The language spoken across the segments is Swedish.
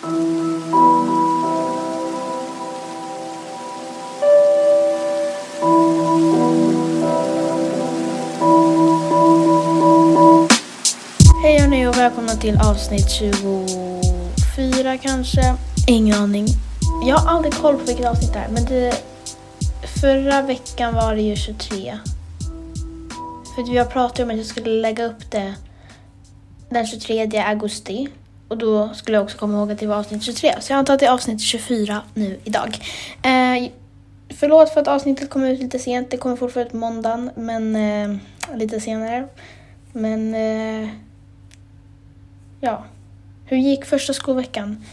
Hej hörni och välkomna till avsnitt 24 kanske. Ingen aning. Jag har aldrig koll på vilket avsnitt det är. Men förra veckan var det ju 23. För att vi har pratat om att jag skulle lägga upp det den 23 augusti. Och då skulle jag också komma ihåg att det var avsnitt 23. Så jag antar att det är avsnitt 24 nu idag. Förlåt för att avsnittet kommer ut lite sent. Det kommer fortfarande på måndagen. Men lite senare. Men ja. Hur gick första skolveckan?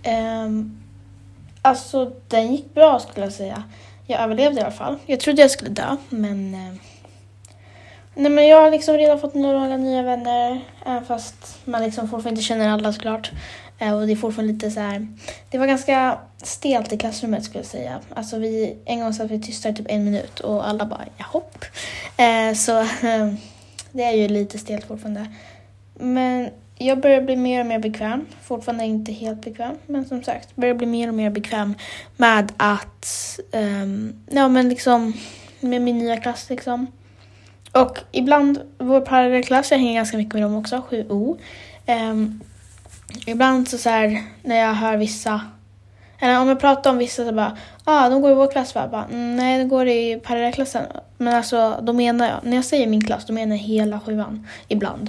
Alltså den gick bra skulle jag säga. Jag överlevde i alla fall. Jag trodde jag skulle dö. Men jag har liksom redan fått några nya vänner. Fast man liksom fortfarande inte känner alla såklart. Och det är fortfarande lite så här. Det var ganska stelt i klassrummet skulle jag säga. Alltså en gång satt vi tysta i typ 1 minut. Och alla bara jahopp. Så det är ju lite stelt fortfarande. Men jag börjar bli mer och mer bekväm. Fortfarande inte helt bekväm. Men som sagt, börjar bli mer och mer bekväm med att men liksom med min nya klass liksom. Och ibland, vår parallellklass, jag hänger ganska mycket med dem också, 7O. Ibland så här, när jag hör vissa, eller om jag pratar om vissa så bara, de går i vår klass va? Bara, nej, de går i parallellklassen. Men alltså, då menar jag, när jag säger min klass, då menar jag hela 7an ibland.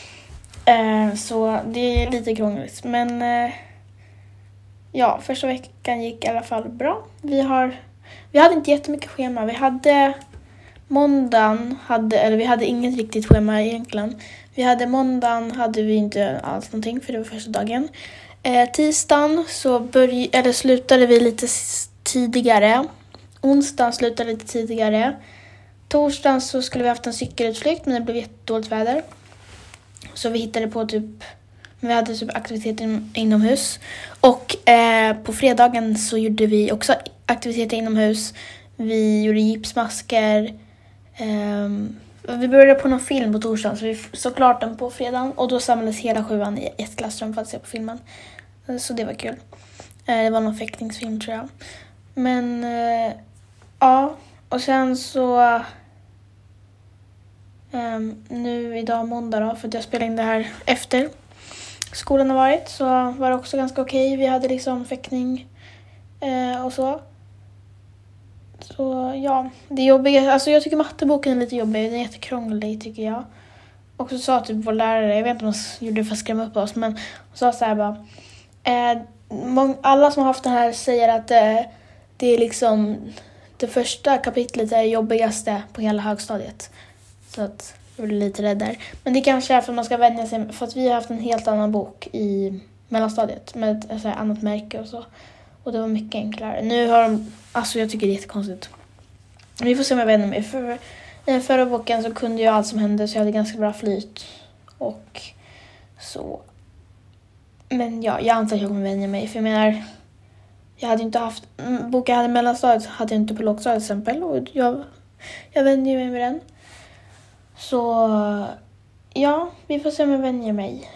Så det är lite krångligt. Men ja, första veckan gick i alla fall bra. Vi hade inte jättemycket schema. Vi hade måndagen, vi hade inget riktigt schema egentligen. Måndagen hade vi inte alls någonting för det var första dagen. Tisdagen så slutade vi lite tidigare. Onsdagen slutade lite tidigare. Torsdagen så skulle vi haft en cykelutflykt men det blev jättedåligt väder. Så vi hittade på vi hade typ aktiviteter inomhus. Och på fredagen så gjorde vi också aktiviteter inomhus. Vi gjorde gipsmasker. Vi började på någon film på torsdagen. Så vi såg klart den på fredagen. Och då samlades hela 7an i ett klassrum för att se på filmen. Så det var kul. Det var någon fäktningsfilm tror jag. Men ja. Och sen så nu idag måndag då, för att jag spelade in det här efter skolan har varit, så var det också ganska okej. Vi hade liksom fäktning och så ja, det är jobbigt. Alltså jag tycker matteboken är lite jobbig, den är jättekrånglig tycker jag. Och så sa typ vår lärare, jag vet inte om hon gjorde det för att skrämma upp oss, men hon sa så här bara alla som har haft det här säger att det är liksom det första kapitlet är det jobbigaste på hela högstadiet. Så att jag blir lite rädd där. Men det kanske är för att man ska vänja sig. För att vi har haft en helt annan bok i mellanstadiet. Med ett annat märke och så. Och det var mycket enklare. Nu har de, alltså jag tycker det är jättekonstigt. Vi får se om jag vänjer mig. För i den förra boken så kunde jag allt som hände. Så jag hade ganska bra flyt. Och så. Men ja, jag antar att jag kommer vänja mig. För jag menar, jag hade inte haft boken jag hade i mellanstadiet. Hade jag inte på lågstadiet till exempel. Och jag vänjer mig med den. Så ja, vi får se om jag vänjer mig.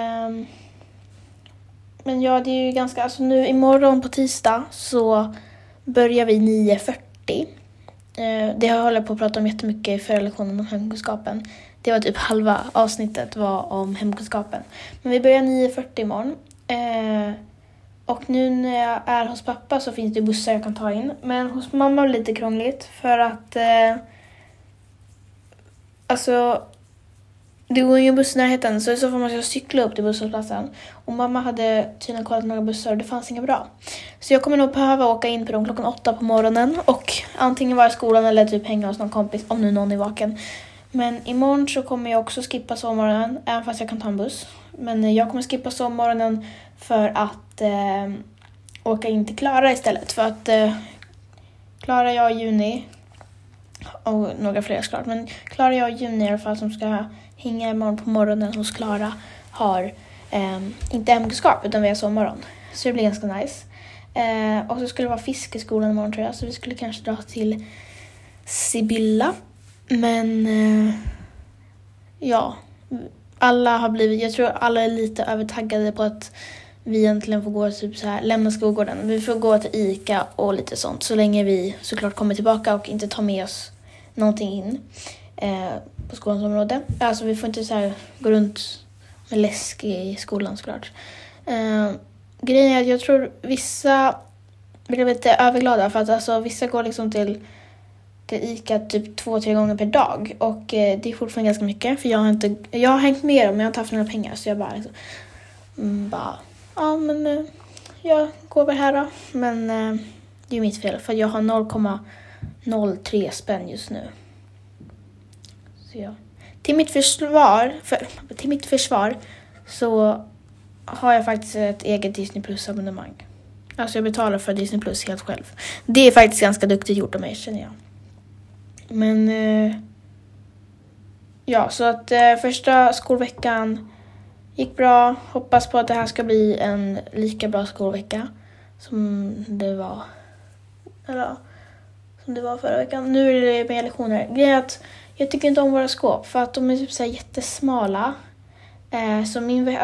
Men ja, det är ju ganska, alltså nu imorgon på tisdag så börjar vi 9:40. Det har jag hållit på att prata om jättemycket i förra lektionen om hemkunskapen. Det var typ halva avsnittet var om hemkunskapen. Men vi börjar 9:40 imorgon. Och nu när jag är hos pappa så finns det bussar jag kan ta in. Men hos mamma är det lite krångligt för att alltså, det går ingen buss i närheten, så i så fall måste jag cykla upp till busshållplatsen. Och mamma hade tydligen kollat några bussar och det fanns inga bra. Så jag kommer nog behöva åka in på dem klockan 8 på morgonen. Och antingen vara i skolan eller typ hänga hos någon kompis om nu någon är vaken. Men imorgon så kommer jag också skippa sovmorgonen, även fast jag kan ta en buss. Men jag kommer skippa sovmorgonen för att åka in till Klara istället. För att Klara, jag i juni och några fler såklart. Men Klara, jag i juni i alla fall som ska hänga imorgon på morgonen hos Klara har inte hemkunskap utan vi har sovmorgon. Så det blir ganska nice. Och så skulle det vara fiskeskolan imorgon tror jag. Så vi skulle kanske dra till Sibylla. Men ja, alla har blivit, jag tror alla är lite övertaggade på att vi egentligen får gå typ så här, lämna skolgården. Vi får gå till ICA och lite sånt så länge vi såklart kommer tillbaka och inte tar med oss någonting in på skolans område. Alltså vi får inte så här gå runt med läsk i skolan såklart. Grejen är att jag tror vissa blir lite överglada för att alltså, vissa går liksom till ICA typ 2-3 gånger per dag. Och det är fortfarande ganska mycket. För jag har hängt med dem men jag har inte haft några pengar. Så jag bara liksom, jag går väl här då. Men det är mitt fel. För jag har 0,03 spänn just nu. Så ja. Till mitt försvar så har jag faktiskt ett eget Disney Plus abonnemang. Alltså jag betalar för Disney Plus helt själv. Det är faktiskt ganska duktigt gjort av mig, känner jag. Men ja, så att första skolveckan gick bra. Hoppas på att det här ska bli en lika bra skolvecka som det var förra veckan. Nu är det mer lektioner. Grejen är att jag tycker inte om våra skåp för att de är typ så här jättesmala. Så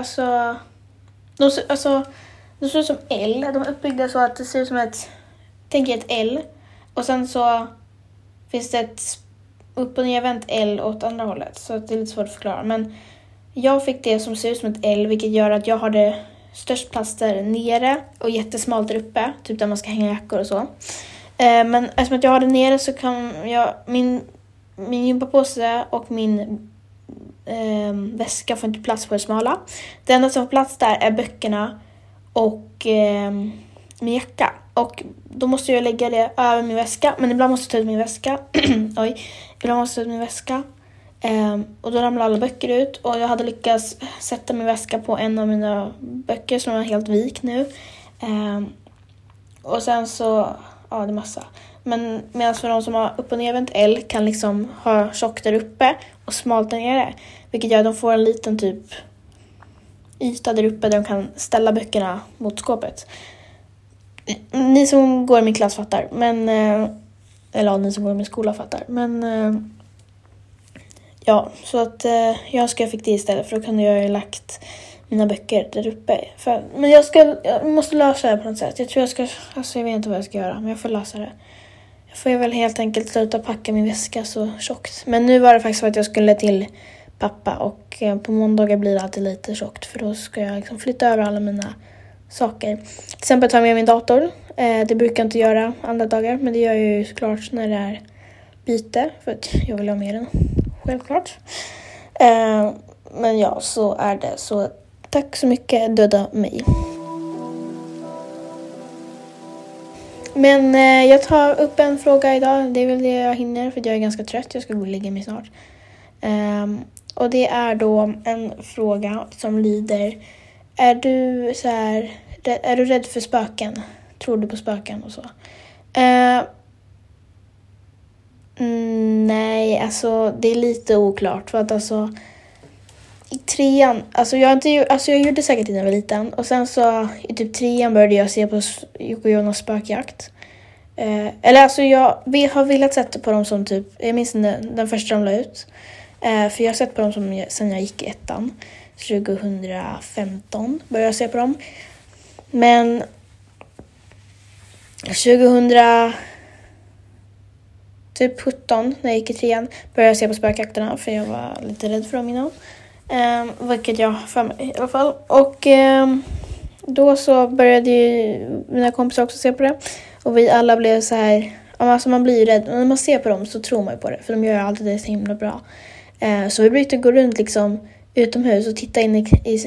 de ser ut som L. De är uppbyggda så att det ser ut som ett L. Och sen så finns det ett upp- och nervänt L åt andra hållet. Så det är lite svårt att förklara. Men jag fick det som ser ut som ett L. Vilket gör att jag har det störst plats där nere. Och jättesmalt där uppe. Typ där man ska hänga jackor och så. Men eftersom att jag har det nere så kan jag... Min gympapåse och min väska får inte plats på det smala. Det enda som får plats där är böckerna och min jacka. Och då måste jag lägga det över min väska. Men ibland måste jag ta ut min väska. Ibland måste jag ta ut min väska. Och då ramlar alla böcker ut. Och jag hade lyckats sätta min väska på en av mina böcker som är helt vik nu. Och sen så... Ja, det är massa. Men medan för de som har upp- och nervänt L kan liksom ha tjockt där uppe och smalt där nere. Vilket gör att de får en liten typ yta där uppe där de kan ställa böckerna mot skåpet. Ni som går i min klass fattar. Men, eller ni som går i min skola fattar. Men ja, så att jag fick det istället. För då kunde jag ju lagt mina böcker där uppe. Men jag måste lösa det på något sätt. Jag vet inte vad jag ska göra. Men jag får lösa det. Jag får väl helt enkelt sluta packa min väska så tjockt. Men nu var det faktiskt så att jag skulle till pappa. Och på måndagar blir det alltid lite tjockt. För då ska jag liksom flytta över alla mina saker. Till exempel ta med min dator. Det brukar jag inte göra andra dagar. Men det gör jag ju såklart när det är byte. För att jag vill ha med den. Självklart. Men ja, så är det. Så tack så mycket, döda mig. Men jag tar upp en fråga idag. Det är väl det jag hinner för jag är ganska trött. Jag ska gå och lägga mig snart. Och det är då en fråga som lyder: är du rädd för spöken? Tror du på spöken och så? Nej, alltså det är lite oklart. För att alltså i 3:an, jag gjorde säkert innan jag var liten. Och sen så i typ 3:an började jag se på Jocke och Jonas spökjakt. Vi har velat sätta på dem som typ, jag minns den första de la ut. För jag har sett på dem sen jag gick i 1:an. 2015 började jag se på dem. Men 2017 när jag gick i 3:an började jag se på spökjakterna. För jag var lite rädd för dem innan. Vilket jag för mig i alla fall. Och då så började ju mina kompisar också se på det. Och vi alla blev så här, alltså man blir ju rädd. Men när man ser på dem så tror man ju på det. För de gör alltid det så himla bra. Så vi brukade gå runt liksom utomhus och titta in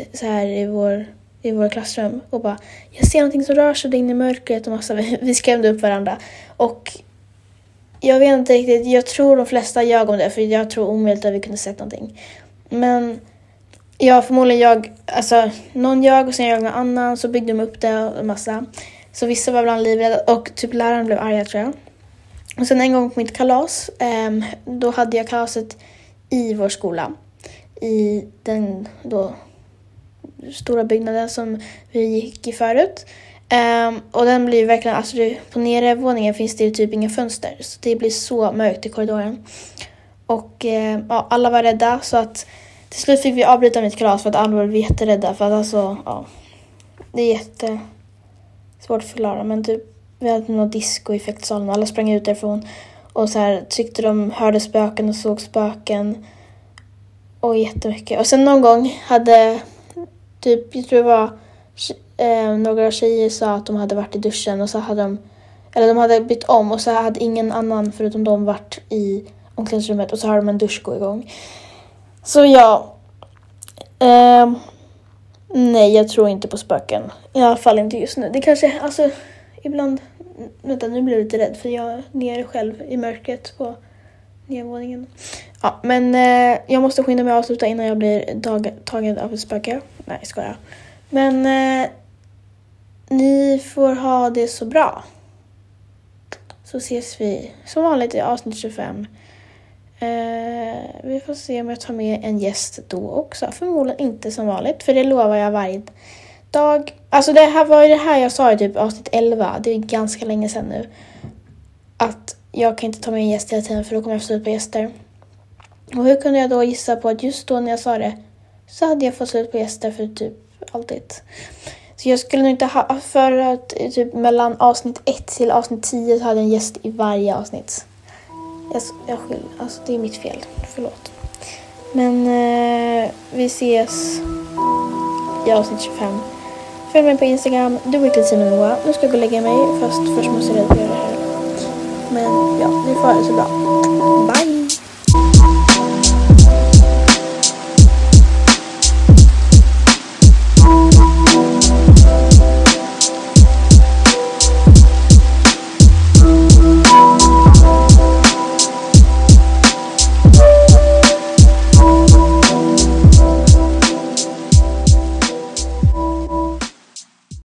i vår klassrum. Och bara, jag ser någonting som rör sig in i mörkret. Och vi skrämde upp varandra. Och jag vet inte riktigt, jag tror de flesta ljög om det. För jag tror omöjligt att vi kunde sett någonting. Men ja, förmodligen någon jag och sen jag någon annan, så byggde de upp det och en massa. Så vissa var bland livrädda och typ läraren blev arga, tror jag. Och sen en gång på mitt kalas, då hade jag kalaset i vår skola. I den då stora byggnaden som vi gick i förut. Och den blir verkligen, på nedervåningen finns det ju typ inga fönster. Så det blir så mörkt i korridoren. Och alla var rädda, så att till slut fick vi avbryta mitt kalas för att alla var jätterädda. För att det är jättesvårt att förklara. Men typ, vi hade någon disco i effektsalen och alla sprang ut därifrån. Och så här tyckte de hörde spöken och såg spöken. Och jättemycket. Och sen någon gång hade typ, jag tror det var några tjejer sa att de hade varit i duschen. Och så hade de hade bytt om. Och så hade ingen annan förutom de varit i omklädningsrummet. Och så hade de en dusch gå igång. Så ja. Nej, jag tror inte på spöken. I alla fall inte just nu. Det kanske, alltså, ibland... Vänta, nu blir jag lite rädd för jag är nere själv i mörkret på nedervåningen. Ja, men jag måste skynda mig att avsluta innan jag blir tagen av ett spöke. Nej, ska jag. Men ni får ha det så bra. Så ses vi som vanligt i avsnitt 25. Vi får se om jag tar med en gäst då också. Förmodligen inte som vanligt, för det lovar jag varje dag. Alltså det här var ju det här jag sa i typ avsnitt 11. Det är ganska länge sedan nu. Att jag kan inte ta med en gäst hela tiden, för då kommer jag få slut på gäster. Och hur kunde jag då gissa på att just då när jag sa det så hade jag fått slut på gäster för typ alltid. Så jag skulle nog inte ha, för att typ mellan avsnitt 1 till avsnitt 10 så hade jag en gäst i varje avsnitt. Jag skyller, alltså det är mitt fel, förlåt. Men vi ses i avsnitt 25. Följ mig på Instagram, dubbelklidsinoa. Nu ska jag gå och lägga mig, fast först måste jag rädda på det här. Men ja, ni får ha det så bra. Bye!